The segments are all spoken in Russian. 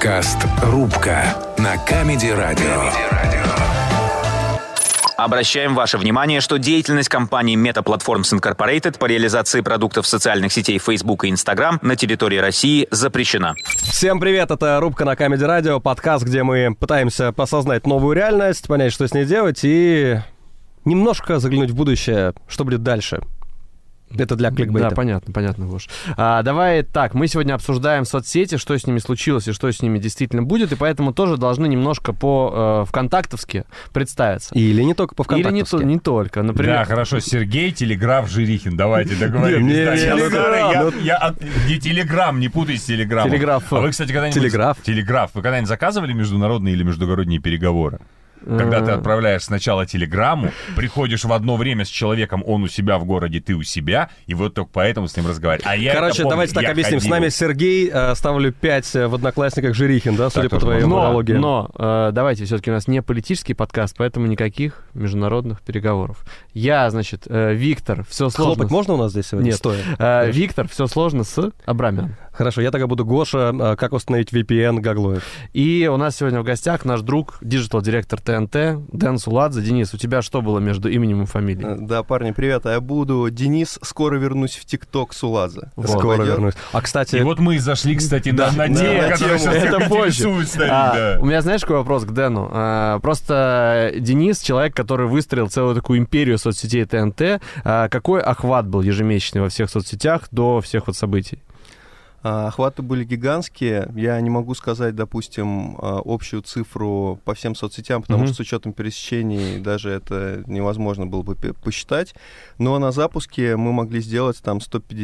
Подкаст «Рубка» на Comedy Radio. Обращаем ваше внимание, что деятельность компании Meta Platforms Incorporated по реализации продуктов социальных сетей Facebook и Instagram на территории России запрещена. Всем привет, это «Рубка» на Comedy Radio, подкаст, где мы пытаемся посознать новую реальность, понять, что с ней делать, и немножко заглянуть в будущее, что будет дальше. Это для кликбейта. Да, понятно, Гош. Давай так, мы сегодня обсуждаем соцсети, что с ними случилось и что с ними действительно будет, и поэтому тоже должны немножко по-вконтактовски представиться. Или не только по-вконтактовски. Или не только. Например... Да, хорошо, Сергей, Телеграф, Жирихин, давайте договоримся. Не Телеграм, не путай с Телеграмом. Телеграф. А вы, кстати, когда-нибудь... Телеграф. Вы когда-нибудь заказывали международные или междугородние переговоры? Когда ты отправляешь сначала телеграмму, приходишь в одно время с человеком, он у себя в городе, ты у себя, и вот только поэтому с ним разговариваешь. Короче, давайте так объясним. С нами Сергей, ставлю 5 в Одноклассниках Жирихин, да, судя по твоей монологии. Но давайте, все-таки у нас не политический подкаст, поэтому никаких международных переговоров. Я, значит, Виктор, все сложно... Хлопать можно у нас здесь сегодня? Нет. Стоя. Виктор, все сложно с Абрамян. Хорошо, я тогда буду Гоша, как установить VPN Гаглоев. И у нас сегодня в гостях наш друг, диджитал-директор ТНТ, Дэн Суладзе. Денис, у тебя что было между именем и фамилией? Да, парни, привет. А я буду Денис, скоро вернусь в ТикТок Суладзе. Вот. Скоро вернусь. А, кстати... И вот мы и зашли, кстати, на тему, которая сейчас это позже. У меня, знаешь, какой вопрос к Дэну? Просто Денис, человек, который выстроил целую такую империю соцсетей ТНТ. Какой охват был ежемесячный во всех соцсетях до всех вот событий? Охваты были гигантские. Я не могу сказать, допустим, общую цифру по всем соцсетям, потому что с учетом пересечений даже это невозможно было бы посчитать. Но на запуске мы могли сделать там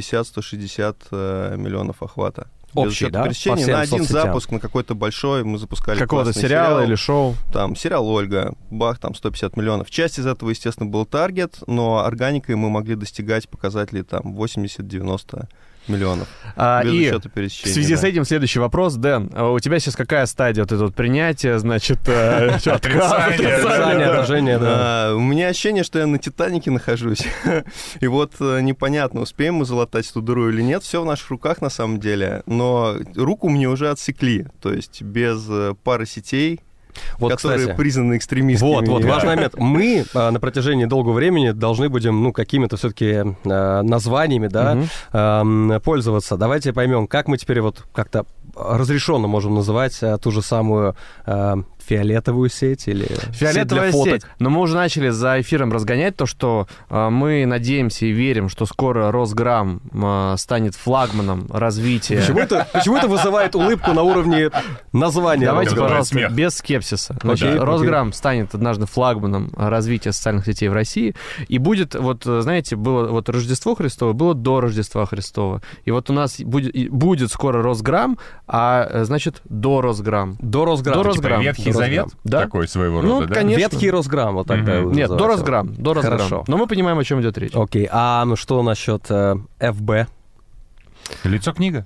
150-160 миллионов охвата. Общий, да? Пересечений на один запуск, на какой-то большой, мы запускали какого-то сериала или шоу. Там сериал «Ольга», бах, там 150 миллионов. Часть из этого, естественно, был таргет, но органикой мы могли достигать показателей там 80-90 миллионов. Без учета пересечения. В связи с этим следующий вопрос. Дэн, у тебя сейчас какая стадия вот это вот принятия, значит, отрицание, отражение, да. У меня ощущение, что я на «Титанике» нахожусь. И вот непонятно, успеем мы залатать эту дыру или нет. Все в наших руках на самом деле. Но руку мне уже отсекли. То есть без пары сетей, вот, которые, кстати, признаны экстремистскими. Вот, важный момент. Мы на протяжении долгого времени должны будем, какими-то все-таки названиями, да, пользоваться. Давайте поймем, как мы теперь вот как-то разрешенно можем называть ту же самую фиолетовую сеть или фиолетовая сеть. Но мы уже начали за эфиром разгонять то, что мы надеемся и верим, что скоро Росграм станет флагманом развития. Почему это вызывает улыбку на уровне названия? Давайте, пожалуйста, без скепсиса. Значит, Росграм станет однажды флагманом развития социальных сетей в России. И будет, вот, знаете, было вот Рождество Христово, было до Рождества Христова. И вот у нас будет скоро Росграм, а значит, до Росграм. До Росграм. Ветхий Завет, да? Такой своего рода, да? Конечно. Ветхий Росграм, вот тогда. Нет, до Росграм. Хорошо. Но мы понимаем, о чем идет речь. Окей, а что насчет ФБ? Лицо-книга.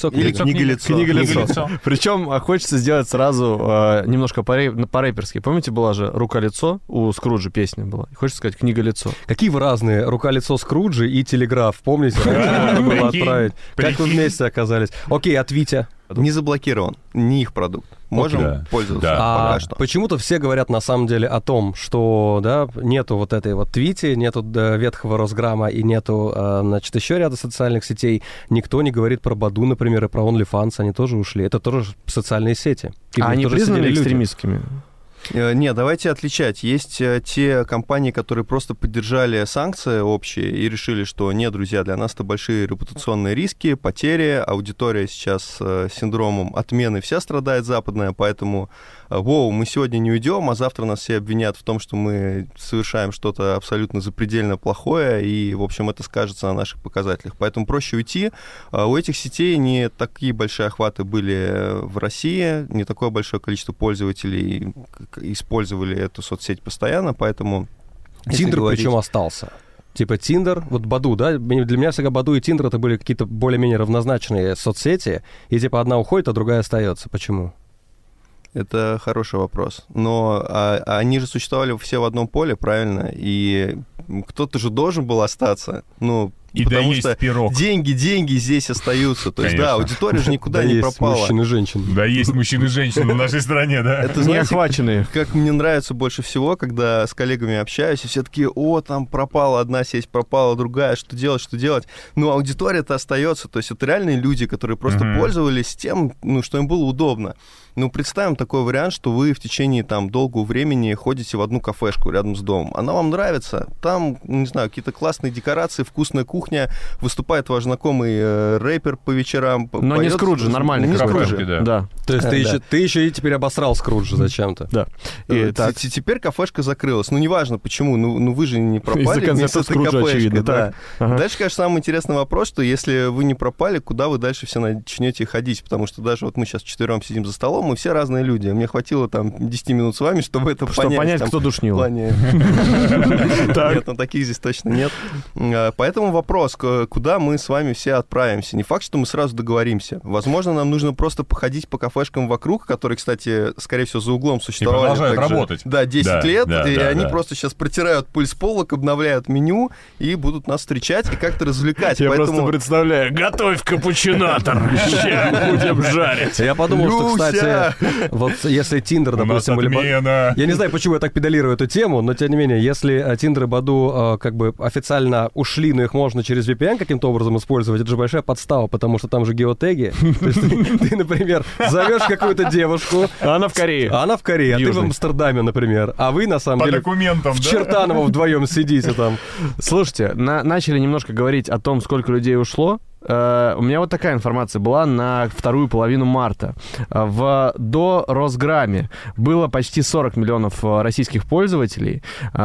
Книга-лицо. Причем хочется сделать сразу немножко по-рэперски. Помните, была же «Рука-лицо»? У Скруджа песня была. Хочется сказать «Книга-лицо». Какие вы разные. «Рука-лицо» Скруджи и «Телеграф». Помните? Надо было отправить. Как вы вместе оказались? Окей, от Витя. Не заблокирован. Не их продукт. Можем пользоваться пока что. Почему-то все говорят на самом деле о том, что нету вот этой вот Твити, нету ветхого Росграма и нету, значит, еще ряда социальных сетей. Никто не говорит про Баду, например, и про OnlyFans. Они тоже ушли. Это тоже социальные сети. А они признаны экстремистскими? Нет, давайте отличать. Есть те компании, которые просто поддержали санкции общие и решили, что нет, друзья, для нас это большие репутационные риски, потери, аудитория сейчас с синдромом отмены вся страдает западная, поэтому мы сегодня не уйдем, а завтра нас все обвинят в том, что мы совершаем что-то абсолютно запредельно плохое, и, в общем, это скажется на наших показателях. Поэтому проще уйти. У этих сетей не такие большие охваты были в России, не такое большое количество пользователей использовали эту соцсеть постоянно, поэтому... Тиндер причем остался. Типа Тиндер, вот Баду, да? Для меня всегда Баду и Тиндер это были какие-то более-менее равнозначные соцсети, и типа одна уходит, а другая остается. Почему? Это хороший вопрос. Но они же существовали все в одном поле, правильно? И кто-то же должен был остаться. Ну, И потому доесть что пирог. деньги здесь остаются. То есть, Конечно. да, аудитория же никуда не пропала. мужчин и женщин. Да, есть мужчины и женщины в нашей стране, да. Это, Не знаете, охваченные. как мне нравится больше всего, когда с коллегами общаюсь, и все такие: о, там пропала одна сеть, пропала другая, что делать? Ну, аудитория-то остается, то есть это реальные люди, которые просто пользовались тем, ну, что им было удобно. Ну, представим такой вариант, что вы в течение там долгого времени ходите в одну кафешку рядом с домом. Она вам нравится, там, не знаю, какие-то классные декорации, вкусная кухня, выступает ваш знакомый рэпер по вечерам. Но не Скруджи, нормально. Не Скруджи, Скруджи. да. То есть ты еще и теперь обосрал Скруджа зачем-то. Да. И так. Теперь кафешка закрылась. Ну, неважно почему, ну вы же не пропали Из-за вместе концерта с этой Скруджа, кафешкой, очевидно, да. так. Ага. Дальше, конечно, самый интересный вопрос, что если вы не пропали, куда вы дальше все начнете ходить? Потому что даже вот мы сейчас вчетвером сидим за столом, мы все разные люди. Мне хватило там 10 минут с вами, чтобы это понять. Кто душнил. В плане... Нет, ну таких здесь точно нет. Поэтому вопрос, куда мы с вами все отправимся? Не факт, что мы сразу договоримся. Возможно, нам нужно просто походить по кафешкам вокруг, которые, кстати, скорее всего, за углом существовали. И продолжают также, работать. Да, 10 лет, и они да. просто сейчас протирают пыль с полок, обновляют меню и будут нас встречать и как-то развлекать. Я Поэтому... просто представляю, готовь капучинатор, ща будем жарить. Я подумал, что, Люся! кстати, вот если Тиндер, У нас допустим, или... отмена. Я не знаю, почему я так педалирую эту тему, но тем не менее, если Тиндер и Баду как бы официально ушли, но их можно через VPN каким-то образом использовать, это же большая подстава, потому что там же геотеги. То есть ты, например, зовешь какую-то девушку, А она в Корее. а она в Корее, а ты в Южной. Амстердаме, например, а вы на самом По деле документам, в да? Чертаново вдвоем сидите там. Слушайте, начали немножко говорить о том, сколько людей ушло. У меня вот такая информация была на вторую половину марта. До Росграме было почти 40 миллионов российских пользователей.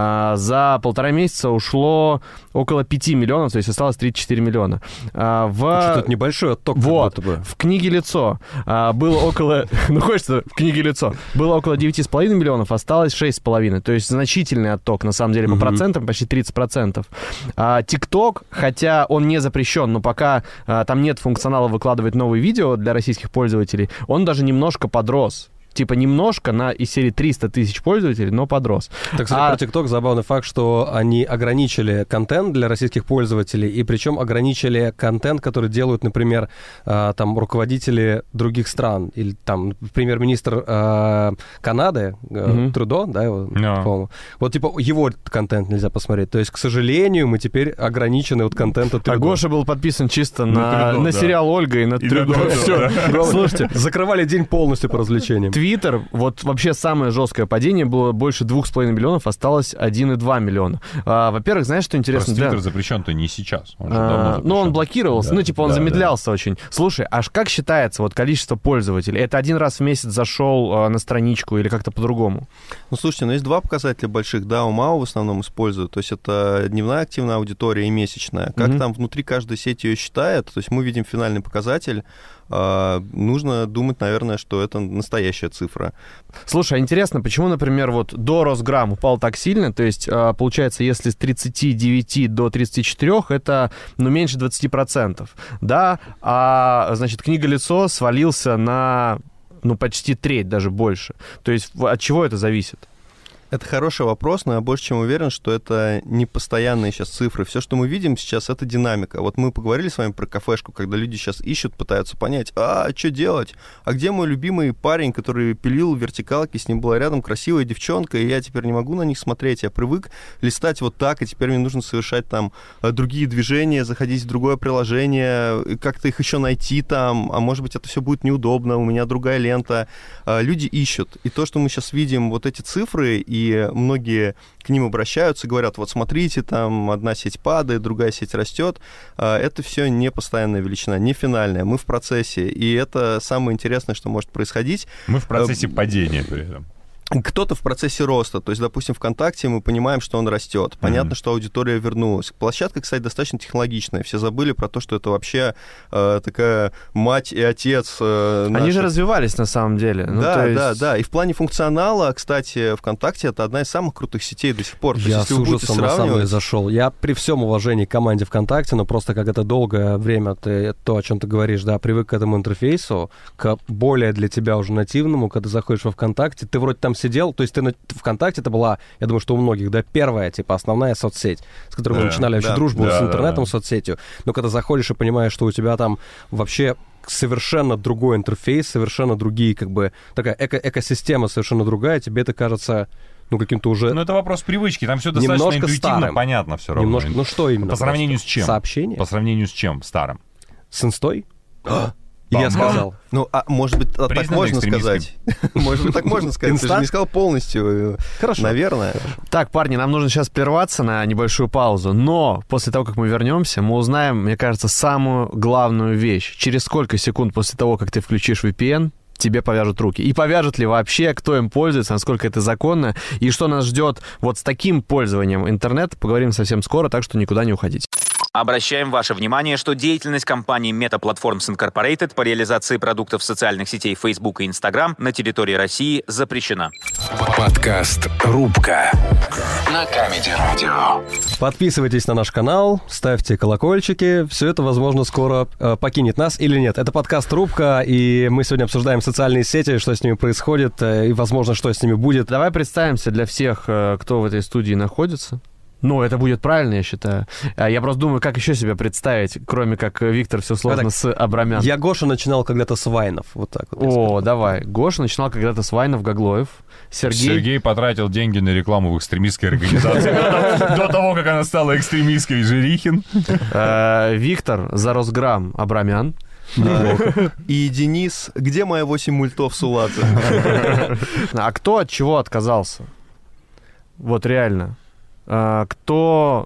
За 1,5 месяца ушло около 5 миллионов, то есть осталось 34 миллиона. Что-то небольшой отток. Вот, как будто бы. в книге «Лицо» было около... Ну, хочется в книге «Лицо». Было около 9,5 миллионов, осталось 6,5. То есть значительный отток, на самом деле, по процентам, почти 30%. ТикТок, хотя он не запрещен, но пока там нет функционала выкладывать новые видео для российских пользователей, он даже немножко подрос. Типа немножко из серии 300 тысяч пользователей, но подрос. Так, кстати, про TikTok забавный факт, что они ограничили контент для российских пользователей, и причем ограничили контент, который делают, например, там руководители других стран, или там премьер-министр Канады, Трудо, да, его, по-моему. Вот, типа, его контент нельзя посмотреть. То есть, к сожалению, мы теперь ограничены от контента Трудо. А Гоша был подписан чисто на сериал «Ольга» и на Трудо. Все. Слушайте, Закрывали день полностью по развлечениям. Твиттер, вот вообще самое жесткое падение было больше 2,5 миллионов, осталось 1,2 миллиона. Во-первых, знаешь, что интересно? Просто Твиттер запрещен-то не сейчас. Он же давно запрещен. Ну, он блокировался, Да, он да, замедлялся очень. Слушай, аж как считается вот количество пользователей? Это один раз в месяц зашел на страничку или как-то по-другому? Ну, слушайте, есть два показателя больших. Да, у МАУ в основном используют. То есть это дневная активная аудитория и месячная. Как там внутри каждой сети ее считает, то есть мы видим финальный показатель. Нужно думать, наверное, что это настоящая цифра. Слушай, а интересно, почему, например, вот до Росграм упал так сильно? То есть, получается, если с 39 до 34, это, меньше 20%, да? А, значит, книга «Лицо» свалился на, почти треть, даже больше. То есть, от чего это зависит? Это хороший вопрос, но я больше чем уверен, что это не постоянные сейчас цифры. Все, что мы видим сейчас, это динамика. Вот мы поговорили с вами про кафешку, когда люди сейчас ищут, пытаются понять, что делать? А где мой любимый парень, который пилил вертикалки, с ним была рядом красивая девчонка, и я теперь не могу на них смотреть. Я привык листать вот так, и теперь мне нужно совершать там другие движения, заходить в другое приложение, как-то их еще найти там, а может быть, это все будет неудобно, у меня другая лента. Люди ищут. И то, что мы сейчас видим, вот эти цифры, и многие к ним обращаются, говорят, вот смотрите, там одна сеть падает, другая сеть растет. Это все не постоянная величина, не финальная. Мы в процессе, и это самое интересное, что может происходить. Мы в процессе падения при этом. Кто-то в процессе роста. То есть, допустим, ВКонтакте мы понимаем, что он растет. Понятно, что аудитория вернулась. Площадка, кстати, достаточно технологичная. Все забыли про то, что это вообще такая мать и отец. Они же развивались на самом деле. Да. И в плане функционала, кстати, ВКонтакте это одна из самых крутых сетей до сих пор. То Я есть, с ужасом на самом деле зашел. Я при всем уважении к команде ВКонтакте, но просто как это долгое время, ты то, о чем ты говоришь, да, привык к этому интерфейсу, к более для тебя уже нативному, когда заходишь во ВКонтакте, ты вроде там сидел, то есть ты ВКонтакте это была, я думаю, что у многих, да, первая, типа, основная соцсеть, с которой мы начинали вообще дружбу с интернетом, соцсетью. Но когда заходишь и понимаешь, что у тебя там вообще совершенно другой интерфейс, совершенно другие, как бы, такая экосистема совершенно другая, тебе это кажется, ну, каким-то уже... Ну, это вопрос привычки, там все достаточно интуитивно старым. Понятно все равно. Немножко, ну, что именно? По сравнению с чем? Сообщение? По сравнению с чем старым? С инстой? Я сказал. Ну, может быть, так можно сказать. Может быть, так можно сказать. Ты же не сказал полностью. Хорошо. Наверное. Так, парни, нам нужно сейчас прерваться на небольшую паузу, но после того, как мы вернемся, мы узнаем, мне кажется, самую главную вещь. Через сколько секунд после того, как ты включишь VPN, тебе повяжут руки. И повяжут ли вообще, кто им пользуется, насколько это законно, и что нас ждет вот с таким пользованием интернета, поговорим совсем скоро, так что никуда не уходите. Обращаем ваше внимание, что деятельность компании Meta Platforms Incorporated по реализации продуктов социальных сетей Facebook и Instagram на территории России запрещена. Подкаст «Рубка» на Камеди Радио. Подписывайтесь на наш канал, ставьте колокольчики. Все это, возможно, скоро покинет нас или нет. Это подкаст «Рубка», и мы сегодня обсуждаем социальные сети, что с ними происходит, и, возможно, что с ними будет. Давай представимся для всех, кто в этой студии находится. Ну, это будет правильно, я считаю. Я просто думаю, как еще себя представить, кроме как Виктор, все сложно с Абрамян. Я, Гоша, начинал когда-то с Вайнов. Вот так вот. О, давай. Гоша начинал когда-то с Вайнов, Гаглоев. Сергей потратил деньги на рекламу в экстремистской организации до того, как она стала экстремистской. Жирихин. Виктор за Росграм Абрамян. И Денис, где мои 8 мультов Суладзе? А кто от чего отказался? Вот реально. Кто...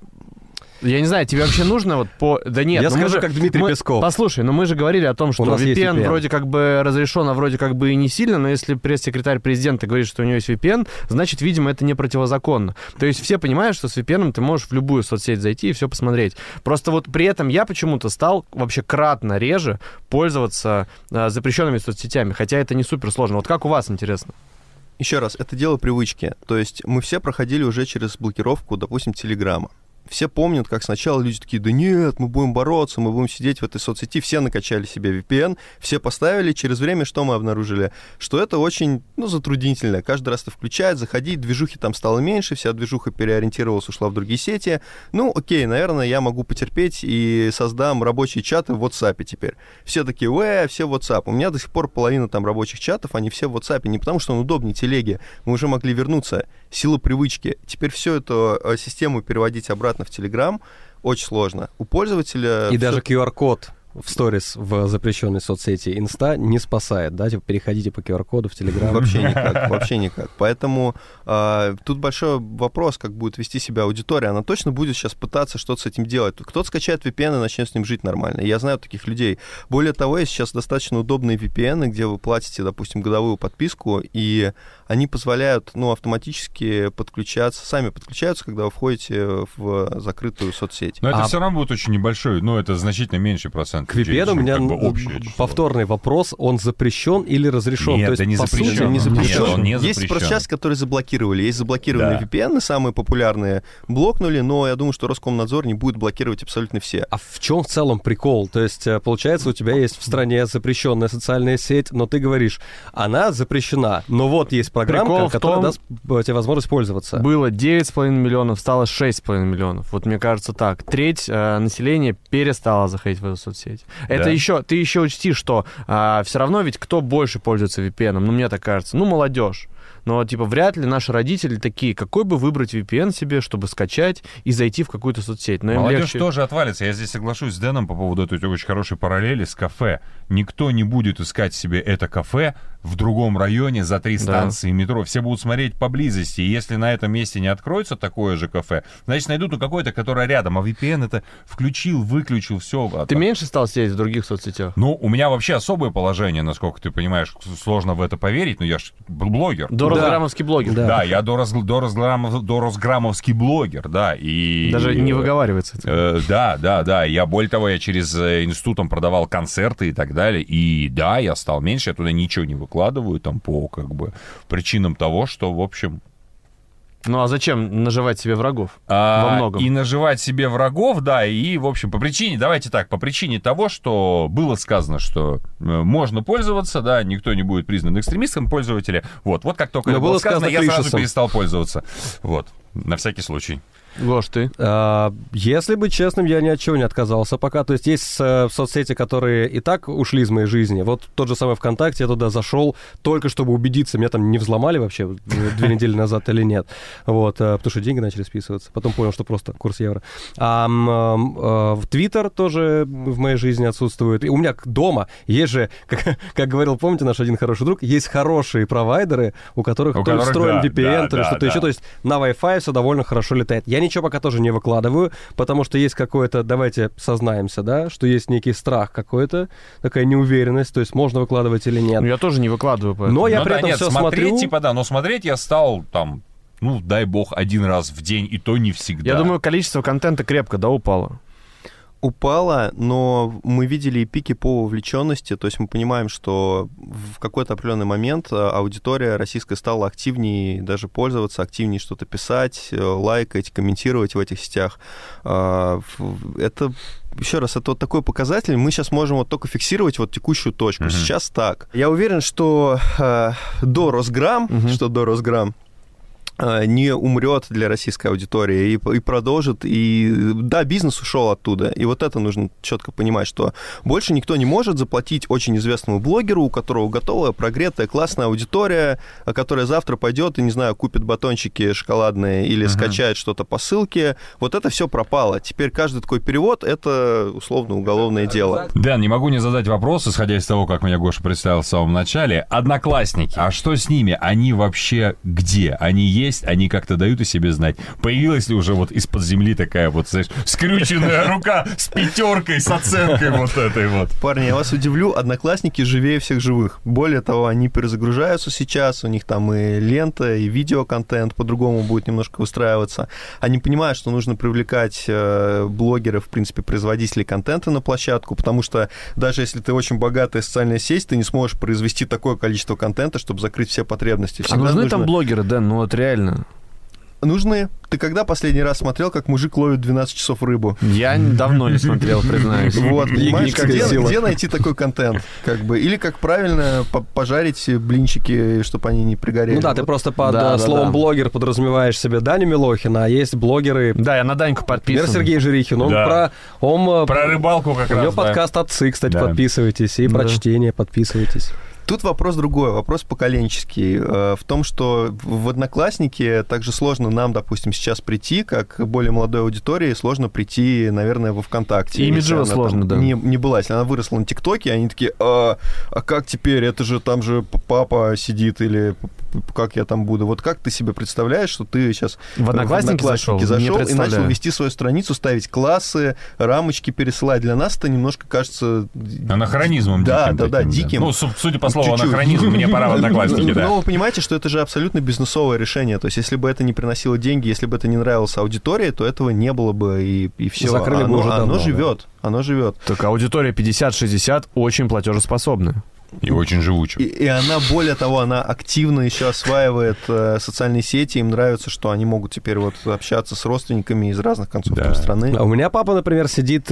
Я не знаю, тебе вообще нужно вот по... Да нет, я скажу, как Дмитрий Песков. Послушай, мы же говорили о том, что VPN вроде как бы разрешен, а вроде как бы и не сильно, но если пресс-секретарь президента говорит, что у него есть VPN, значит, видимо, это не противозаконно. То есть все понимают, что с VPN ты можешь в любую соцсеть зайти и все посмотреть. Просто вот при этом я почему-то стал вообще кратно реже пользоваться запрещенными соцсетями, хотя это не супер сложно. Вот как у вас, интересно? Еще раз, это дело привычки. То есть мы все проходили уже через блокировку, допустим, Телеграма. Все помнят, как сначала люди такие: да нет, мы будем бороться, мы будем сидеть в этой соцсети. Все накачали себе VPN, все поставили. Через время что мы обнаружили? Что это очень, затруднительно. Каждый раз ты включаешь, заходить, движухи там стало меньше, вся движуха переориентировалась, ушла в другие сети. Ну, окей, наверное, я могу потерпеть и создам рабочие чаты в WhatsApp теперь. Все такие: все в WhatsApp. У меня до сих пор половина там рабочих чатов, они все в WhatsApp. Не потому, что он удобнее телеги. Мы уже могли вернуться. Сила привычки. Теперь всю эту систему переводить обратно в Telegram очень сложно. У пользователя... И даже QR-код в сторис в запрещенной соцсети Инста не спасает, да? Типа переходите по QR-коду в Telegram. Вообще никак. Поэтому тут большой вопрос, как будет вести себя аудитория. Она точно будет сейчас пытаться что-то с этим делать. Кто-то скачает VPN и начнет с ним жить нормально. Я знаю таких людей. Более того, есть сейчас достаточно удобные VPN, где вы платите, допустим, годовую подписку, и они позволяют, автоматически сами подключаются, когда вы входите в закрытую соцсеть. Но это все равно будет очень небольшой, это значительно меньший процент. К VPN у меня повторный вопрос: он запрещен или разрешен? Нет, то есть, это не запрещен. Не запрещен. Нет, он не запрещен. Есть просто часть, которые заблокировали. Есть заблокированные VPN, самые популярные блокнули, но я думаю, что Роскомнадзор не будет блокировать абсолютно все. А в чем в целом прикол? То есть, получается, у тебя есть в стране запрещенная социальная сеть, но ты говоришь, она запрещена, но вот есть программка, которая даст тебе возможность пользоваться. Было 9,5 миллионов, стало 6,5 миллионов. Вот мне кажется так. Треть населения перестала заходить в эту соцсеть. Это ты еще учти, что все равно ведь кто больше пользуется VPN? Мне так кажется. Молодежь. Но, вряд ли наши родители такие: какой бы выбрать VPN себе, чтобы скачать и зайти в какую-то соцсеть. Но молодежь тоже отвалится. Я здесь соглашусь с Дэном по поводу этой очень хорошей параллели с кафе. Никто не будет искать себе это кафе в другом районе за 3 станции метро. Все будут смотреть поблизости. И если на этом месте не откроется такое же кафе, значит, найдут какое-то, которое рядом. А VPN это включил, выключил, все. Ты меньше стал сидеть в других соцсетях? У меня вообще особое положение, насколько ты понимаешь. Сложно в это поверить, но я же блогер. Росграмовский блогер. Да, я доросграммовский блогер, да. И, даже не выговаривается. Да. Я, более того, я через институтом продавал концерты и так далее. И да, я стал меньше, я туда ничего не выкладываю там по причинам того, что, в общем... Ну а зачем наживать себе врагов? Во многом. И наживать себе врагов, да, и, в общем, по причине того, что было сказано, что можно пользоваться, да, никто не будет признан экстремистом пользователя. Вот как только это было сказано, я сразу перестал пользоваться. Вот, на всякий случай. Гош, ты? Если быть честным, я ни от чего не отказался пока. То есть есть соцсети, которые и так ушли из моей жизни. Вот тот же самый ВКонтакте, я туда зашел только чтобы убедиться, меня там не взломали вообще 2 недели назад или нет. Вот, потому что деньги начали списываться. Потом понял, что просто курс евро. В Твиттер тоже в моей жизни отсутствует. И у меня дома есть же, как говорил, помните, наш один хороший друг, есть хорошие провайдеры, у которых встроен VPN или что-то еще. То есть на Wi-Fi все довольно хорошо летает. Я ничего пока тоже не выкладываю, потому что есть какое-то, давайте сознаемся, да, что есть некий страх какой-то, такая неуверенность, то есть можно выкладывать или нет. Ну, я тоже не выкладываю, поэтому. Но я при этом все смотрю. Но смотреть я стал там, дай бог, 1 раз в день, и то не всегда. Я думаю, количество контента крепко, упало. Упало, но мы видели и пики по вовлеченности, то есть мы понимаем, что в какой-то определенный момент аудитория российская стала активнее даже пользоваться, активнее что-то писать, лайкать, комментировать в этих сетях. Это, еще раз, это вот такой показатель, мы сейчас можем вот только фиксировать вот текущую точку. Сейчас так. Я уверен, что до Росграм, не умрет для российской аудитории и продолжит. И да, бизнес ушел оттуда. И вот это нужно четко понимать, что больше никто не может заплатить очень известному блогеру, у которого готовая, прогретая, классная аудитория, которая завтра пойдет и, не знаю, купит батончики шоколадные или скачает что-то по ссылке. Вот это все пропало. Теперь каждый такой перевод — это условно уголовное дело. Дэн, не могу не задать вопрос, исходя из того, как меня Гоша представил в самом начале. Одноклассники. А что с ними? Они вообще где? Они есть? Они как-то дают о себе знать. Появилась ли уже вот из-под земли такая вот, знаешь, скрюченная рука с 5, с оценкой вот этой вот? Парни, я вас удивлю, Одноклассники живее всех живых. Более того, они перезагружаются сейчас, у них там и лента, и видеоконтент по-другому будет немножко устраиваться. Они понимают, что нужно привлекать блогеров, в принципе, производителей контента на площадку, потому что даже если ты очень богатая социальная сеть, ты не сможешь произвести такое количество контента, чтобы закрыть все потребности. Всегда нужны там блогеры, Дэн? Ну вот реально. Нужны. Ты когда последний раз смотрел, как мужик ловит 12 часов рыбу? Я давно не смотрел, признаюсь. Вот, понимаешь, где найти такой контент? Или как правильно пожарить блинчики, чтобы они не пригорели. Ну да, ты просто под словом блогер подразумеваешь себе Даню Милохина, а есть блогеры... Да, я на Даньку подписан. Например, Сергей Жирихин. Он про рыбалку как раз. У него подкаст «Отцы», кстати, подписывайтесь. И про чтение подписывайтесь. Тут вопрос другой, вопрос поколенческий. В том, что в Одноклассники также сложно нам, допустим, сейчас прийти, как более молодой аудитории, сложно прийти, наверное, во ВКонтакте. Имиджево сложно, да. Не была. Если она выросла на ТикТоке, они такие, а как теперь? Это же там же папа сидит, или как я там буду? Вот как ты себе представляешь, что ты сейчас в Одноклассники зашел и начал вести свою страницу, ставить классы, рамочки пересылать? Для нас это немножко кажется... Анахронизмом диким. Да, диким. Ну, судя по слову анахронизм, мне пора в Одноклассники, да. Но вы понимаете, что это же абсолютно бизнесовое решение. То есть, если бы это не приносило деньги, если бы это не нравилось аудитории, то этого не было бы, и все. Закрыли бы уже давно. Оно живет. Так аудитория 50-60 очень платежеспособная. И очень живучим. И она, более того, она активно еще осваивает социальные сети. Им нравится, что они могут теперь вот общаться с родственниками из разных концов страны. А у меня папа, например, сидит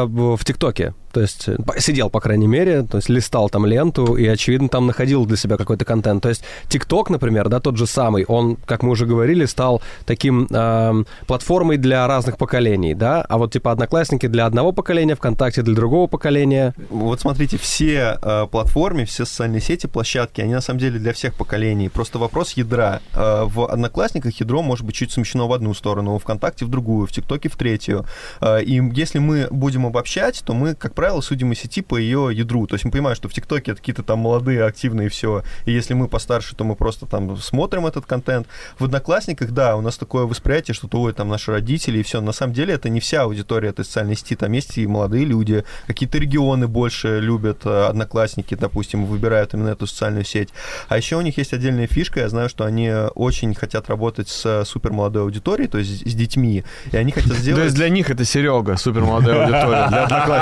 в ТикТоке. То есть сидел, по крайней мере, то есть листал там ленту и, очевидно, там находил для себя какой-то контент. То есть ТикТок, например, да, тот же самый, он, как мы уже говорили, стал таким платформой для разных поколений, да, а вот типа Одноклассники для одного поколения, ВКонтакте для другого поколения. Вот смотрите, все платформы, все социальные сети, площадки, они на самом деле для всех поколений. Просто вопрос ядра. В Одноклассниках ядро может быть чуть смещено в одну сторону, в ВКонтакте в другую, в ТикТоке в третью. И если мы будем обобщать, то мы, как правило, судим о сети по ее ядру. То есть мы понимаем, что в ТикТоке это какие-то там молодые, активные, все. И если мы постарше, то мы просто там смотрим этот контент. В Одноклассниках, да, у нас такое восприятие, что ой, там наши родители и все. На самом деле это не вся аудитория этой социальной сети. Там есть и молодые люди. Какие-то регионы больше любят Одноклассники, допустим, выбирают именно эту социальную сеть. А еще у них есть отдельная фишка. Я знаю, что они очень хотят работать с супермолодой аудиторией, то есть с детьми. И они хотят сделать... То есть для них это Серега, супермолодая аудитория, для Одноклассников.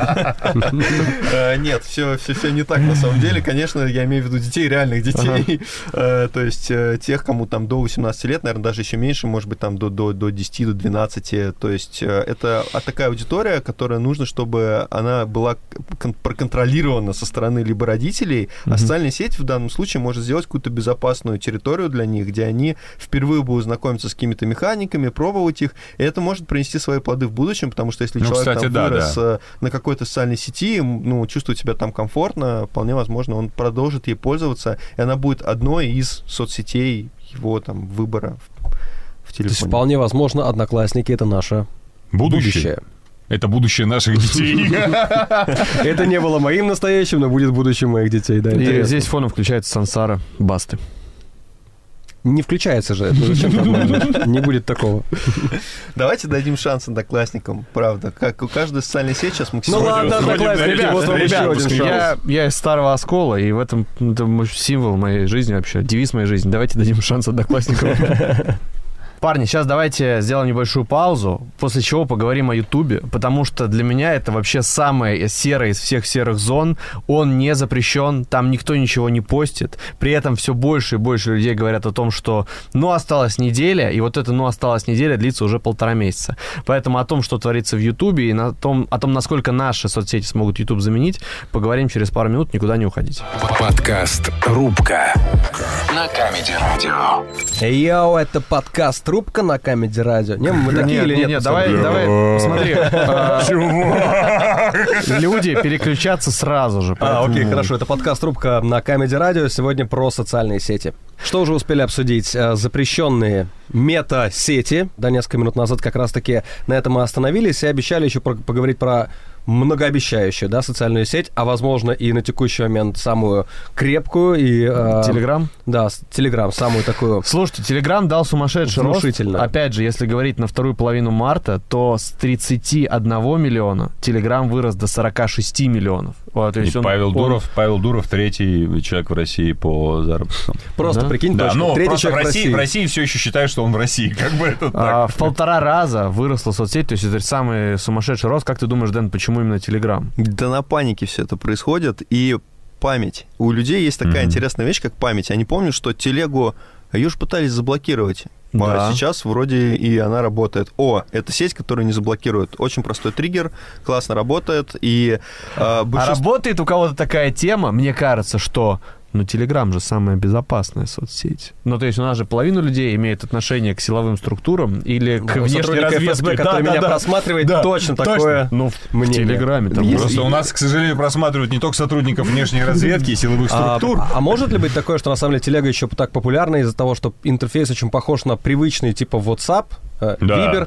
Нет, все не так на самом деле. Конечно, я имею в виду детей, реальных детей. То есть тех, кому там до 18 лет, наверное, даже еще меньше, может быть, там до 10, до 12. То есть это такая аудитория, которая нужно, чтобы она была проконтролирована со стороны либо родителей, а социальная сеть в данном случае может сделать какую-то безопасную территорию для них, где они впервые будут знакомиться с какими-то механиками, пробовать их, и это может принести свои плоды в будущем, потому что если человек кстати, там вырос на какой-то социальной сети, чувствует себя там комфортно, вполне возможно, он продолжит ей пользоваться, и она будет одной из соцсетей его там выбора в телефоне. То есть вполне возможно, Одноклассники — это наше будущее. Это будущее наших детей. Это не было моим настоящим, но будет будущее моих детей. Да, и здесь фоном включается Сансара Басты. Не включается же. Не будет такого. Давайте дадим шанс Одноклассникам, правда. Как у каждой социальной сети сейчас максимально... Ну ладно, Одноклассники, вот вам еще один шанс. Я из старого оскола, и в этом символ моей жизни вообще, девиз моей жизни. Давайте дадим шанс Одноклассникам. Парни, сейчас давайте сделаем небольшую паузу, после чего поговорим о Ютубе, потому что для меня это вообще самая серая из всех серых зон. Он не запрещен, там никто ничего не постит. При этом все больше и больше людей говорят о том, что осталась неделя, и вот это осталась неделя длится уже 1,5 месяца. Поэтому о том, что творится в Ютубе, и о том, насколько наши соцсети смогут Ютуб заменить, поговорим через пару минут, никуда не уходите. Подкаст «Рубка» на Камеди Радио. Йоу, это подкаст «Рубка» на Камеди Радио. Не, мы такие или нет? Нет, давай, смотри. Люди переключаться сразу же. Окей, хорошо. Это подкаст «Рубка» на Камеди Радио. Сегодня про социальные сети. Что уже успели обсудить? Запрещенные мета-сети. Да, несколько минут назад как раз-таки на этом мы остановились и обещали еще поговорить про многообещающую, да, социальную сеть, а, возможно, и на текущий момент самую крепкую и... Телеграм? Да, Телеграм, самую такую... Слушайте, Телеграм дал сумасшедший рост. Опять же, если говорить на вторую половину марта, то с 31 миллиона Телеграм вырос до 46 миллионов. Вот, и Павел Дуров третий человек в России по заработкам. Просто прикинь, да, точно. Третий человек в России все еще считают, что он в России. Как бы это так. В 1,5 раза выросла соцсеть, то есть это самый сумасшедший рост. Как ты думаешь, Дэн, почему именно Телеграм? Да на панике все это происходит, и память. У людей есть такая интересная вещь, как память. Они помнят, что телегу ее же пытались заблокировать. Да. А сейчас вроде и она работает. Это сеть, которую не заблокируют. Очень простой триггер, классно работает. И, А работает у кого-то такая тема, мне кажется, что... Телеграм же самая безопасная соцсеть. То есть у нас же половина людей имеет отношение к силовым структурам или к внешней разведке. ФСБ, который меня просматривает, точно такое в Телеграме. Просто у нас, к сожалению, просматривают не только сотрудников внешней разведки и силовых структур. А может ли быть такое, что на самом деле телега еще так популярна из-за того, что интерфейс очень похож на привычный типа WhatsApp, Viber,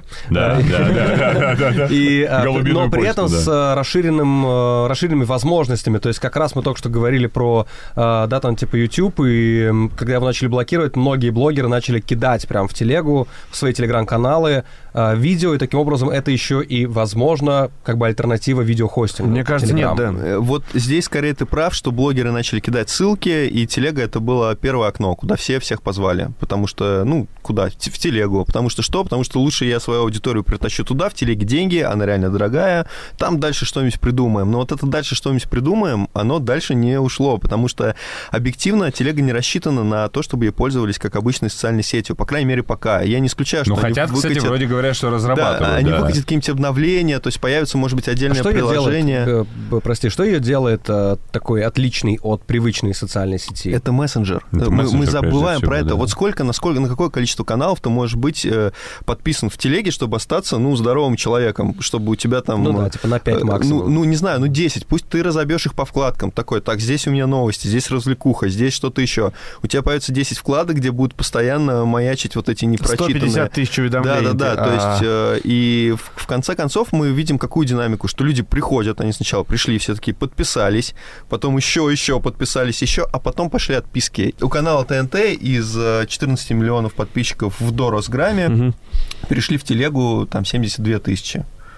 но при этом с расширенными возможностями. То есть как раз мы только что говорили про YouTube, и когда его начали блокировать, многие блогеры начали кидать прям в телегу, в свои телеграм-каналы видео, и таким образом это еще и, возможно, как бы альтернатива видеохостингу. Мне кажется, Telegram. Нет, Дэн. Вот здесь скорее ты прав, что блогеры начали кидать ссылки, и телега это было первое окно, куда всех позвали. Потому что, куда? В телегу. Потому что что? Потому что лучше я свою аудиторию притащу туда, в телеге деньги, она реально дорогая, там дальше что-нибудь придумаем. Но вот это дальше что-нибудь придумаем, оно дальше не ушло, потому что объективно телега не рассчитана на то, чтобы ей пользовались как обычной социальной сетью, по крайней мере, пока. Я не исключаю, что хотят, кстати, вроде говорят, что разрабатывают. Да, они выкатят какие-нибудь обновления, то есть появится, может быть, отдельное приложение. Что ее делает такой отличный от привычной социальной сети? Это мессенджер. Мы забываем про это. Вот на какое количество каналов ты можешь быть подписан в телеге, чтобы остаться, здоровым человеком, чтобы у тебя там... на 5 максимум. Не знаю, 10. Пусть ты разобьешь их по вкладкам. Такой, здесь у меня новости, здесь развлекуха, здесь что-то еще. У тебя появится 10 вкладок, где будут постоянно маячить вот эти непрочитанные... 150 тысяч уведомлений. Да. То есть, и в конце концов мы видим какую динамику, что люди приходят, они сначала пришли, все таки подписались, потом еще подписались, а потом пошли отписки. У канала ТНТ из 14 миллионов подписчиков в до Росграме перешли в телегу 72 тысячи.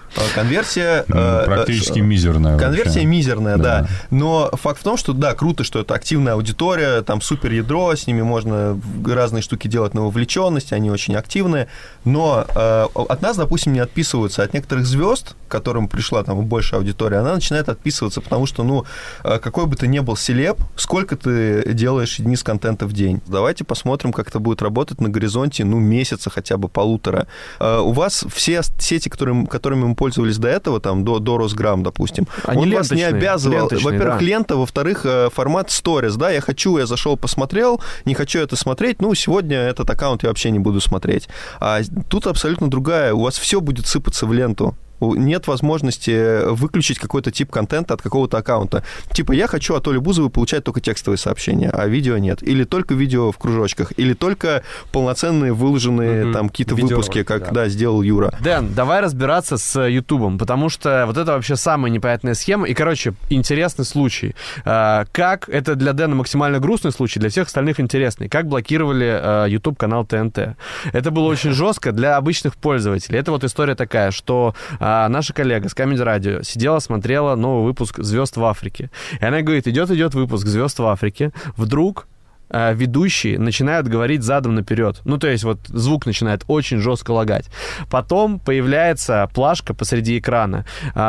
Конверсия... Практически мизерная. Конверсия мизерная, да. Но факт в том, что, да, круто, что это активная аудитория, там супер ядро, с ними можно разные штуки делать на вовлеченность, они очень активные. Но от нас, допустим, не отписываются. От некоторых звезд, к которым пришла там больше аудитория, она начинает отписываться, потому что, ну, какой бы ты ни был селеб, сколько ты делаешь единиц контента в день. Давайте посмотрим, как это будет работать на горизонте, ну, месяца хотя бы, полутора. У вас все сети, которыми мы пользовались до этого, там, до Росграм, допустим, он вас не обязывал. Во-первых, лента, во-вторых, формат stories, да, я зашел, посмотрел, не хочу это смотреть, ну, сегодня этот аккаунт я вообще не буду смотреть. А тут абсолютно другая, у вас все будет сыпаться в ленту. Нет возможности выключить какой-то тип контента от какого-то аккаунта. Типа, я хочу от Оли Бузовой получать только текстовые сообщения, а видео нет. Или только видео в кружочках, или только полноценные выложенные там какие-то выпуски, как сделал Юра. Дэн, давай разбираться с Ютубом, потому что вот это вообще самая непонятная схема. И, короче, интересный случай. Как, это для Дэна максимально грустный случай, для всех остальных интересный. Как блокировали YouTube-канал ТНТ. Это было очень жестко для обычных пользователей. Это вот история такая, что... наша коллега с Comedy Radio сидела, смотрела новый выпуск «Звезд в Африке». И она говорит, идет выпуск «Звезд в Африке». Вдруг ведущие начинают говорить задом наперед. Ну, то есть вот звук начинает очень жестко лагать. Потом появляется плашка посреди экрана.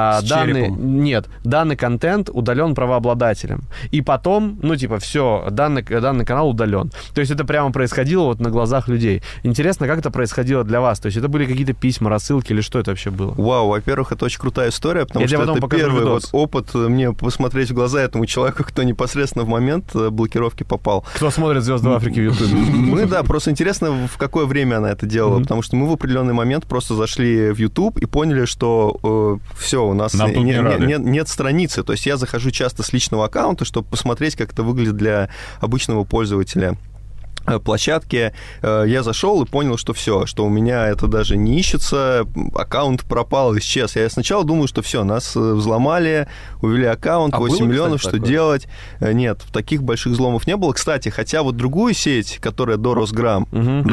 Данный контент удален правообладателем. И потом, ну, типа, все, данный канал удален. То есть это прямо происходило вот на глазах людей. Интересно, как это происходило для вас? То есть это были какие-то письма, рассылки или что это вообще было? Вау, во-первых, это очень крутая история, потому что это первый вот опыт мне посмотреть в глаза этому человеку, кто непосредственно в момент блокировки попал. Кто смотрит «Звезды в Африке» в Ютубе? Мы, да, просто интересно, в какое время она это делала, потому что мы в определенный момент просто зашли в YouTube и поняли, что все, у нас нет страницы. То есть я захожу часто с личного аккаунта, чтобы посмотреть, как это выглядит для обычного пользователя площадки. Я зашел и понял, что все, что у меня это даже не ищется, аккаунт пропал, исчез. Я сначала думал, что все, нас взломали, увели аккаунт, 8 миллионов, что делать? Нет, таких больших взломов не было. Кстати, хотя вот другую сеть, которая до Росграм,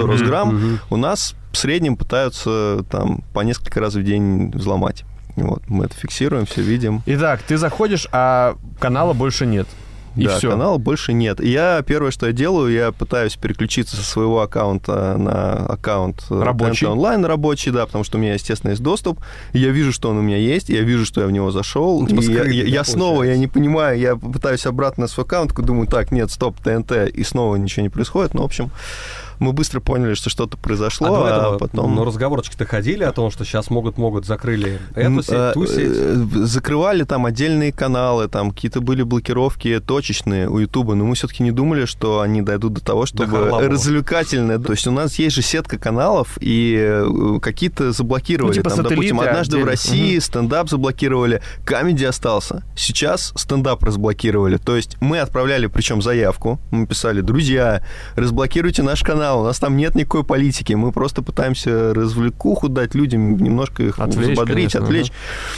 у нас в среднем пытаются там по несколько раз в день взломать. Вот, мы это фиксируем, все видим. Итак, ты заходишь, а канала больше нет. И да, все. Канала больше нет. Первое, что я делаю, я пытаюсь переключиться со своего аккаунта на аккаунт рабочий. Онлайн рабочий, да, потому что у меня, естественно, есть доступ. Я вижу, что он у меня есть, я вижу, что я в него зашел. Я снова, я не понимаю, я пытаюсь обратно на свой аккаунт, думаю, так, нет, стоп, ТНТ, и снова ничего не происходит. Ну, в общем, мы быстро поняли, что что-то произошло, а потом... Но разговорчики-то ходили о том, что сейчас могут закрыли эту сеть, ту сеть? Закрывали там отдельные каналы, там какие-то были блокировки точечные у Ютуба, но мы все-таки не думали, что они дойдут до того, чтобы развлекательные. То есть у нас есть же сетка каналов, и какие-то заблокировали. Ну, типа там, допустим, однажды в России стендап заблокировали, Comedy остался. Сейчас стендап разблокировали. То есть мы отправляли, причем заявку, мы писали, друзья, разблокируйте наш канал, у нас там нет никакой политики, мы просто пытаемся развлекуху дать людям, немножко их взбодрить, отвлечь.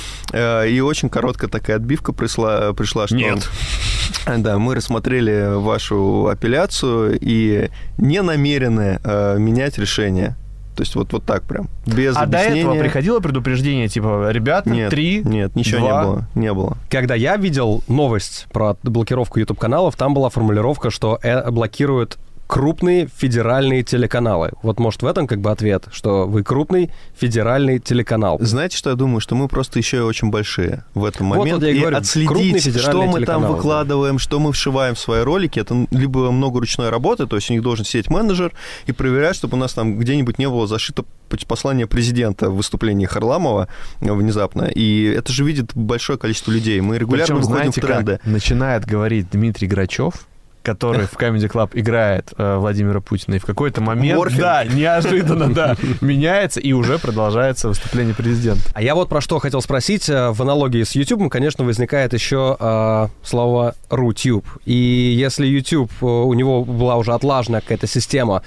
И очень короткая такая отбивка пришла, что... Нет. Да, мы рассмотрели вашу апелляцию и не намерены менять решение. То есть вот так прям, без объяснения. До этого приходило предупреждение, типа, ребята, нет, 3, Нет, ничего 2. не было. Когда я видел новость про блокировку YouTube-каналов, там была формулировка, что блокируют крупные федеральные телеканалы. Вот, может, в этом как бы ответ, что вы крупный федеральный телеканал. Знаете, что я думаю? Что мы просто еще и очень большие в этом моменте. Вот я и говорю, отследить, что мы там выкладываем, что мы вшиваем в свои ролики, это либо много ручной работы, то есть у них должен сидеть менеджер и проверять, чтобы у нас там где-нибудь не было зашито послание президента в выступлении Харламова внезапно. И это же видит большое количество людей. Мы регулярно выходим в тренды. Начинает говорить Дмитрий Грачев, который в Comedy Club играет Владимира Путина, и в какой-то момент, неожиданно, меняется, и уже продолжается выступление президента. А я вот про что хотел спросить. В аналогии с YouTube, конечно, возникает еще слово «Рутюб». И если YouTube, у него была уже отлажена какая-то система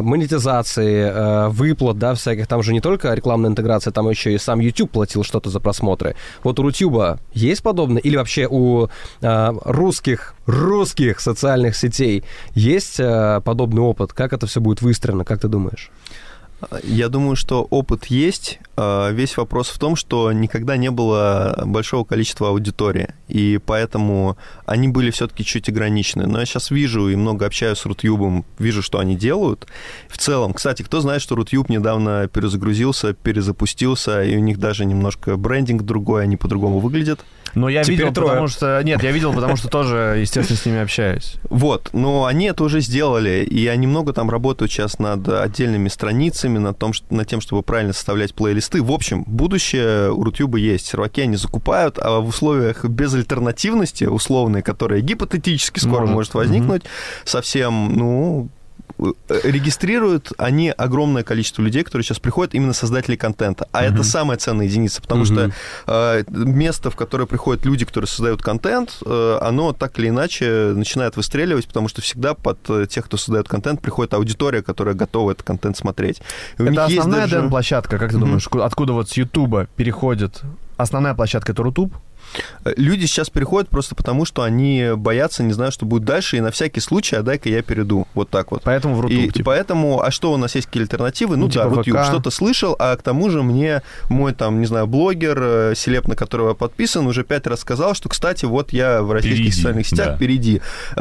монетизации, выплат, да, всяких, там же не только рекламная интеграция, там еще и сам YouTube платил что-то за просмотры. Вот у Рутюба есть подобное? Или вообще у русских социальных сетей есть подобный опыт? Как это все будет выстроено, как ты думаешь? Я думаю, что опыт есть, Весь вопрос в том, что никогда не было большого количества аудитории, и поэтому они были все-таки чуть ограничены. Но я сейчас вижу и много общаюсь с Рутюбом, вижу, что они делают. В целом, кстати, кто знает, что Рутюб недавно перезагрузился, перезапустился, и у них даже немножко брендинг другой, они по-другому выглядят. Но я видел, потому что... Нет, я видел, потому что тоже, естественно, с ними общаюсь. Вот, но они это уже сделали, и они много там работают сейчас над отдельными страницами, над тем, чтобы правильно составлять плейлисты. В общем, будущее у Рутюба есть. Серваки они закупают, а в условиях безальтернативности, условной, которая гипотетически скоро может возникнуть, совсем, регистрируют они огромное количество людей, которые сейчас приходят, именно создатели контента. А это самая ценная единица, потому что место, в которое приходят люди, которые создают контент, оно так или иначе начинает выстреливать, потому что всегда под тех, кто создает контент, приходит аудитория, которая готова этот контент смотреть. Это основная площадка, как ты думаешь, откуда вот с Ютуба переходит? Основная площадка — это Рутуб? Люди сейчас переходят просто потому, что они боятся, не знают, что будет дальше, и на всякий случай, а дай-ка я перейду. Вот так вот. Поэтому в Рутуб. И поэтому, а что у нас есть какие альтернативы? Ну да, Рутюб, что-то слышал, а к тому же мне мой там, не знаю, блогер, селеб, на которого я подписан, уже 5 раз сказал, что, кстати, вот я в российских социальных сетях, впереди.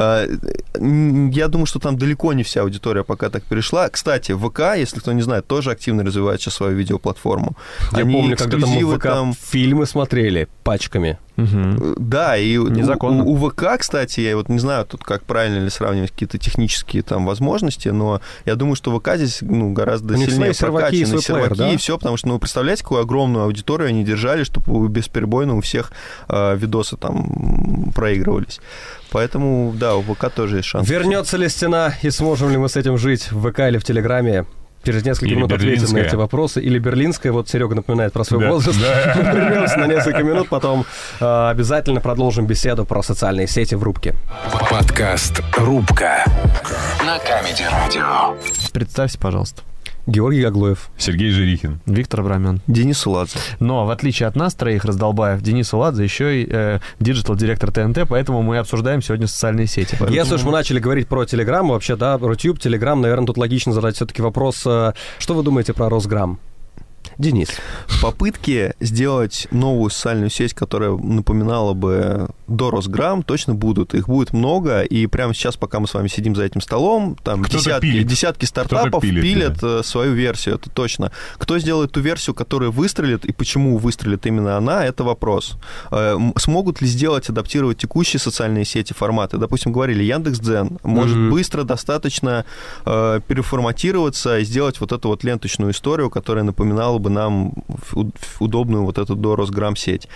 Я думаю, что там далеко не вся аудитория пока так перешла. Кстати, ВК, если кто не знает, тоже активно развивает сейчас свою видеоплатформу. Я помню, когда там в ВК фильмы смотрели пачками. Да, и у ВК, кстати, я вот не знаю, тут как правильно ли сравнивать какие-то технические там возможности, но я думаю, что ВК здесь гораздо сильнее прокачаны серваки и все, потому что, вы представляете, какую огромную аудиторию они держали, чтобы бесперебойно у всех видосы там проигрывались. Поэтому, да, у ВК тоже есть шанс. Вернется ли стена и сможем ли мы с этим жить в ВК или в Телеграме? Через несколько минут ответим на эти вопросы. Или берлинская. Вот Серега напоминает про свой возраст. Мы вернемся на несколько минут, потом обязательно продолжим беседу про социальные сети в рубке. Подкаст «Рубка» на Камеди Радио. Представься, пожалуйста. Георгий Гаглоев. Сергей Жирихин. Виктор Абрамян. Денис Уладзе. Но в отличие от нас, троих раздолбаев, Денис Уладзе еще и диджитал-директор ТНТ, поэтому мы обсуждаем сегодня социальные сети. Если уж мы начали говорить про Телеграм, вообще, да, Рутюб, Телеграм, наверное, тут логично задать все-таки вопрос, что вы думаете про Росграм? Денис. Попытки сделать новую социальную сеть, которая напоминала бы до Росграм, точно будут. Их будет много, и прямо сейчас, пока мы с вами сидим за этим столом, там десятки стартапов пилят свою версию, это точно. Кто сделает ту версию, которая выстрелит, и почему выстрелит именно она, это вопрос. Смогут ли сделать, адаптировать текущие социальные сети, форматы? Допустим, говорили, Яндекс.Дзен может быстро, достаточно переформатироваться и сделать вот эту вот ленточную историю, которая напоминала бы нам удобную вот эту до Росграм сеть.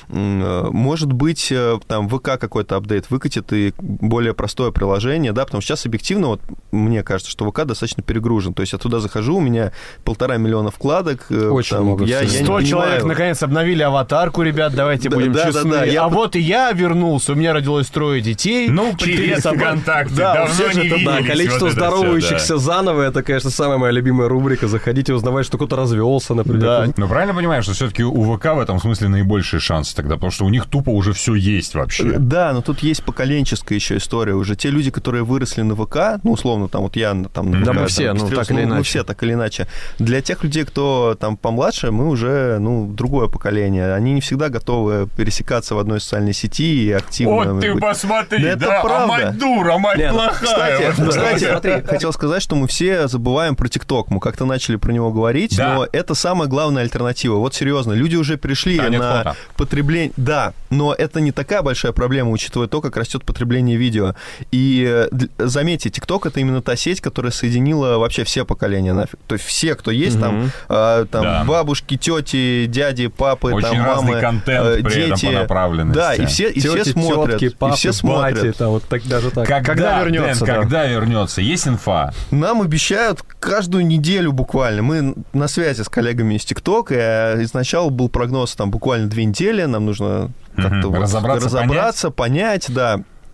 Может быть, там ВК какой-то апдейт выкатит и более простое приложение, да, потому что сейчас объективно, вот мне кажется, что ВК достаточно перегружен. То есть я туда захожу, у меня 1,5 миллиона вкладок. Очень много. 100 человек наконец обновили аватарку, ребят, давайте будем честны. А вот и я вернулся, у меня родилось 3 детей. Ну, привет, ВКонтакте, давно не виделись. Да, количество здоровающихся заново, это, конечно, самая моя любимая рубрика. Заходите узнавать, что кто-то развелся, например. Да. Но правильно понимаешь, что все-таки у ВК в этом смысле наибольшие шансы тогда, потому что у них тупо уже все есть вообще. Да, но тут есть поколенческая еще история уже. Те люди, которые выросли на ВК, ну, условно, там, вот я там... Да, мы все, так или иначе. Мы все так или иначе. Для тех людей, кто там помладше, мы уже, другое поколение. Они не всегда готовы пересекаться в одной социальной сети и активно... Вот ты посмотри, да, это правда. А мать дура, мать плохая. Кстати, смотри, хотел сказать, что мы все забываем про ТикТок. Мы как-то начали про него говорить, но это самая главная альтернатива. Вот серьезно, люди уже пришли на потребление... Да, но это не такая большая проблема, учитывая то, как растет потребление видео. И заметьте, ТикТок — это именно та сеть, которая соединила вообще все поколения нафиг. То есть все, кто есть, там бабушки, тети, дяди, папы, очень там мамы, контент при дети. Этом по направленности. Да, и все смотрят. Тетки, папы, и все смотрят. бати, там, вот так, даже так. Когда вернется? Когда вернется? Есть инфа? Нам обещают каждую неделю буквально. Мы на связи с коллегами из ТикТок, и изначально был прогноз там буквально 2 недели, нам нужно как-то разобраться, понять, да.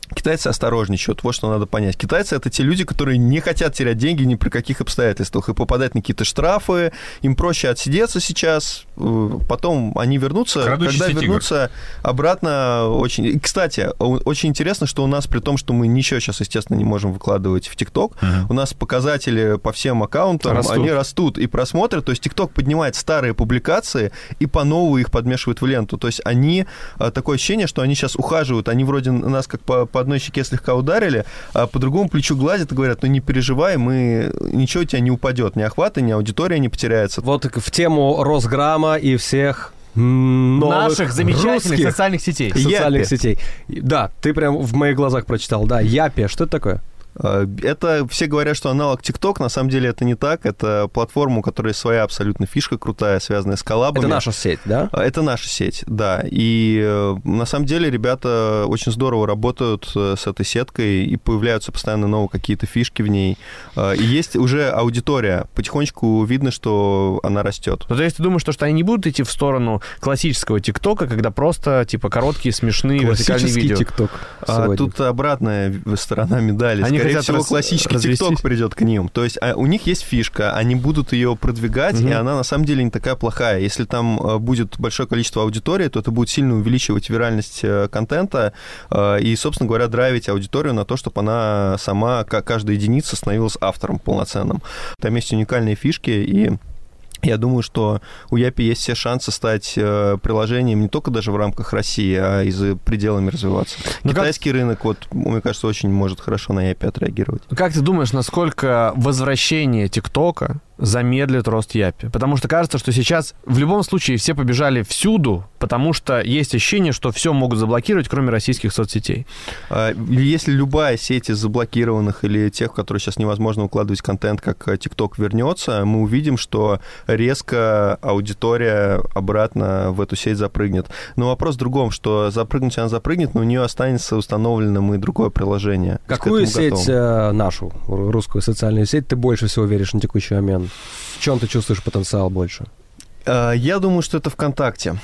Китайцы осторожничают, вот что надо понять. Китайцы — это те люди, которые не хотят терять деньги ни при каких обстоятельствах и попадать на какие-то штрафы. Им проще отсидеться сейчас, потом они вернутся. Когда вернутся обратно, очень... И, кстати, очень интересно, что у нас, при том, что мы ничего сейчас, естественно, не можем выкладывать в ТикТок, у нас показатели по всем аккаунтам, они растут и просмотры. То есть ТикТок поднимает старые публикации и по новую их подмешивает в ленту. То есть они... Такое ощущение, что они сейчас ухаживают. Они вроде нас как по одной щеке слегка ударили, а по другому плечу гладят и говорят, ну не переживай, ничего у тебя не упадет, ни охвата, ни аудитория не потеряется. Вот в тему Росграма и всех наших замечательных социальных сетей. Сетей. Да, ты прям в моих глазах прочитал. Да, Япи, что это такое? Это все говорят, что аналог TikTok, на самом деле это не так. Это платформа, у которой своя абсолютно фишка крутая, связанная с коллабами. Это наша сеть, да? Это наша сеть, да. И на самом деле ребята очень здорово работают с этой сеткой, и появляются постоянно новые какие-то фишки в ней. И есть уже аудитория. Потихонечку видно, что она растет. Ну, то есть ты думаешь, что они не будут идти в сторону классического ТикТока, когда просто типа короткие, смешные вертикальные видео? Классический ТикТок. Тут обратная сторона медали. Скорее всего, классический ТикТок придет к ним. То есть у них есть фишка, они будут ее продвигать, и она на самом деле не такая плохая. Если там будет большое количество аудитории, то это будет сильно увеличивать виральность контента и, собственно говоря, драйвить аудиторию на то, чтобы она сама, каждая единица, становилась автором полноценным. Там есть уникальные фишки, и я думаю, что у Япи есть все шансы стать приложением не только даже в рамках России, а и за пределами развиваться. Китайский рынок, вот, мне кажется, очень может хорошо на Япи отреагировать. Как ты думаешь, насколько возвращение ТикТока замедлит рост Япи? Потому что кажется, что сейчас в любом случае все побежали всюду, потому что есть ощущение, что все могут заблокировать, кроме российских соцсетей. Если любая сеть из заблокированных или тех, в которые сейчас невозможно укладывать контент, как ТикТок вернется, мы увидим, что резко аудитория обратно в эту сеть запрыгнет. Но вопрос в другом, что запрыгнуть она запрыгнет, но у нее останется установленным и другое приложение. Какую сеть, нашу, русскую социальную сеть, ты больше всего веришь на текущий момент? В чем ты чувствуешь потенциал больше? Я думаю, что это ВКонтакте.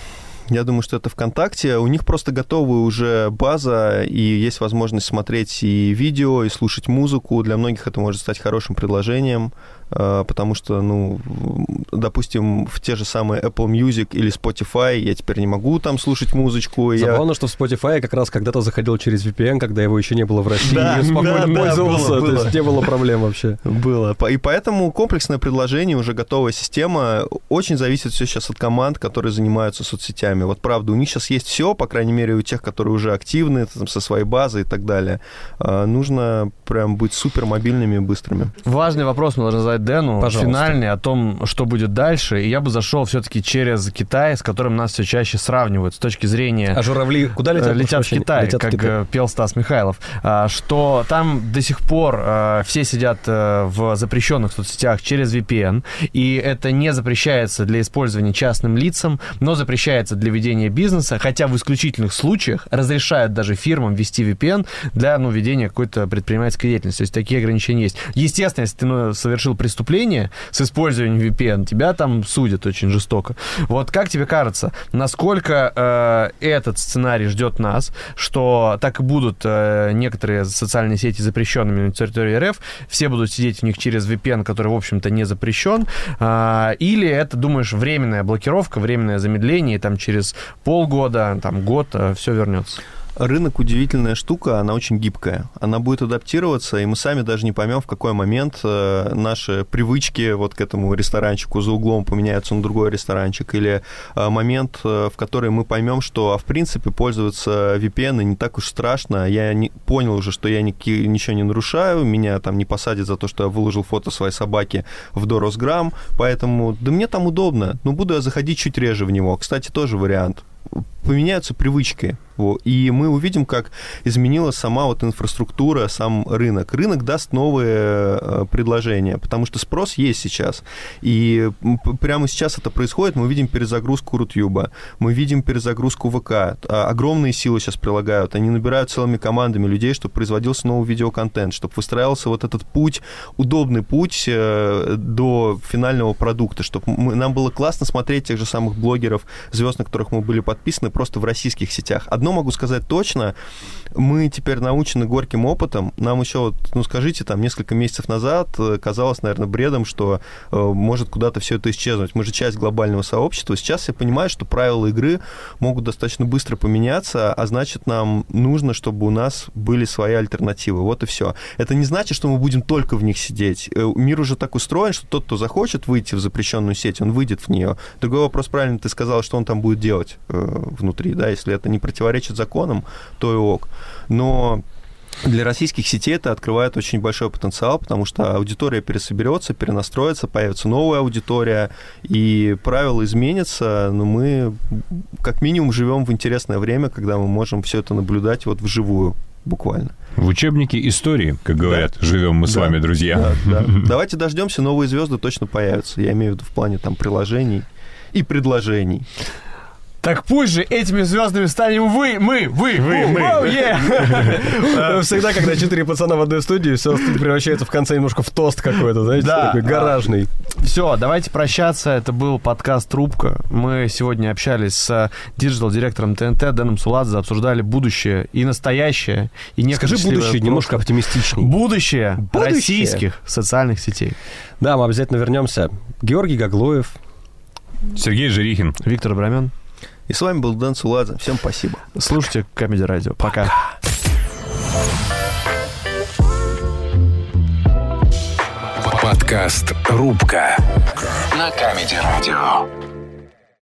У них просто готовая уже база, и есть возможность смотреть и видео, и слушать музыку. Для многих это может стать хорошим предложением, потому что, допустим, в те же самые Apple Music или Spotify я теперь не могу там слушать музычку. Забавно, что в Spotify я как раз когда-то заходил через VPN, когда его еще не было в России, и спокойно пользовался, то есть не было проблем вообще. Было. И поэтому комплексное предложение, уже готовая система, очень зависит все сейчас от команд, которые занимаются соцсетями. Вот правда, у них сейчас есть все, по крайней мере, у тех, которые уже активны, там, со своей базой и так далее. Нужно прям быть супер мобильными и быстрыми. Важный вопрос мы должны задать Дэну, финальный, о том, что будет дальше. И я бы зашел все-таки через Китай, с которым нас все чаще сравнивают с точки зрения... А журавли куда летят? Летят в Китай, как пел Стас Михайлов. Что там до сих пор все сидят в запрещенных соцсетях через VPN, и это не запрещается для использования частным лицам, но запрещается для ведения бизнеса, хотя в исключительных случаях разрешают даже фирмам вести VPN для ведения какой-то предпринимательской деятельности. То есть такие ограничения есть. Естественно, если ты совершил преступление с использованием VPN, тебя там судят очень жестоко. Вот как тебе кажется, насколько этот сценарий ждет нас, что так и будут некоторые социальные сети запрещенными на территории РФ, все будут сидеть в них через VPN, который, в общем-то, не запрещен, или это, думаешь, временная блокировка, временное замедление, и там через полгода, там год все вернется? Рынок удивительная штука, она очень гибкая. Она будет адаптироваться, и мы сами даже не поймем, в какой момент наши привычки вот к этому ресторанчику за углом поменяются на другой ресторанчик, или момент, в который мы поймем, что, в принципе, пользоваться VPN не так уж страшно. Я понял уже, что я ничего не нарушаю, меня там не посадят за то, что я выложил фото своей собаки в Росграм, поэтому, да мне там удобно, но буду я заходить чуть реже в него. Кстати, тоже вариант. Поменяются привычки, и мы увидим, как изменилась сама вот инфраструктура, сам рынок. Рынок даст новые предложения, потому что спрос есть сейчас. И прямо сейчас это происходит. Мы видим перезагрузку Рутюба, мы видим перезагрузку ВК. Огромные силы сейчас прилагают. Они набирают целыми командами людей, чтобы производился новый видеоконтент, чтобы выстраивался вот этот путь, удобный путь до финального продукта, чтобы нам было классно смотреть тех же самых блогеров, звезд, на которых мы были подписаны, просто в российских сетях. Одно могу сказать точно, мы теперь научены горьким опытом. Нам еще, скажите, там, несколько месяцев назад казалось, наверное, бредом, что может куда-то все это исчезнуть. Мы же часть глобального сообщества. Сейчас я понимаю, что правила игры могут достаточно быстро поменяться, а значит, нам нужно, чтобы у нас были свои альтернативы. Вот и все. Это не значит, что мы будем только в них сидеть. Мир уже так устроен, что тот, кто захочет выйти в запрещенную сеть, он выйдет в нее. Другой вопрос, правильно ты сказал, что он там будет делать внутри, да, если это не противоречит законам, то и ок. Но для российских сетей это открывает очень большой потенциал, потому что аудитория пересоберется, перенастроится, появится новая аудитория, и правила изменятся, но мы как минимум живем в интересное время, когда мы можем все это наблюдать вот вживую, буквально. В учебнике истории, как говорят, живем мы с вами, друзья. Да. Давайте дождемся, новые звезды точно появятся. Я имею в виду в плане там приложений и предложений. Так пусть же этими звездами станем мы. Всегда, когда 4 пацана в одной студии, все превращается в конце немножко в тост какой-то, знаете, такой гаражный. Все, давайте прощаться. Это был подкаст «Трубка». Мы сегодня общались с диджитал-директором ТНТ Дэном Суладзе, обсуждали будущее и настоящее, и некоторые... Скажи будущее немножко оптимистичнее. Будущее российских социальных сетей. Да, мы обязательно вернемся. Георгий Гаглоев, Сергей Жирихин, Виктор Абрамян. И с вами был Дэн Суладзе. Всем спасибо. Слушайте Камеди Радио. Пока. Подкаст «Рубка» на Камеди Радио.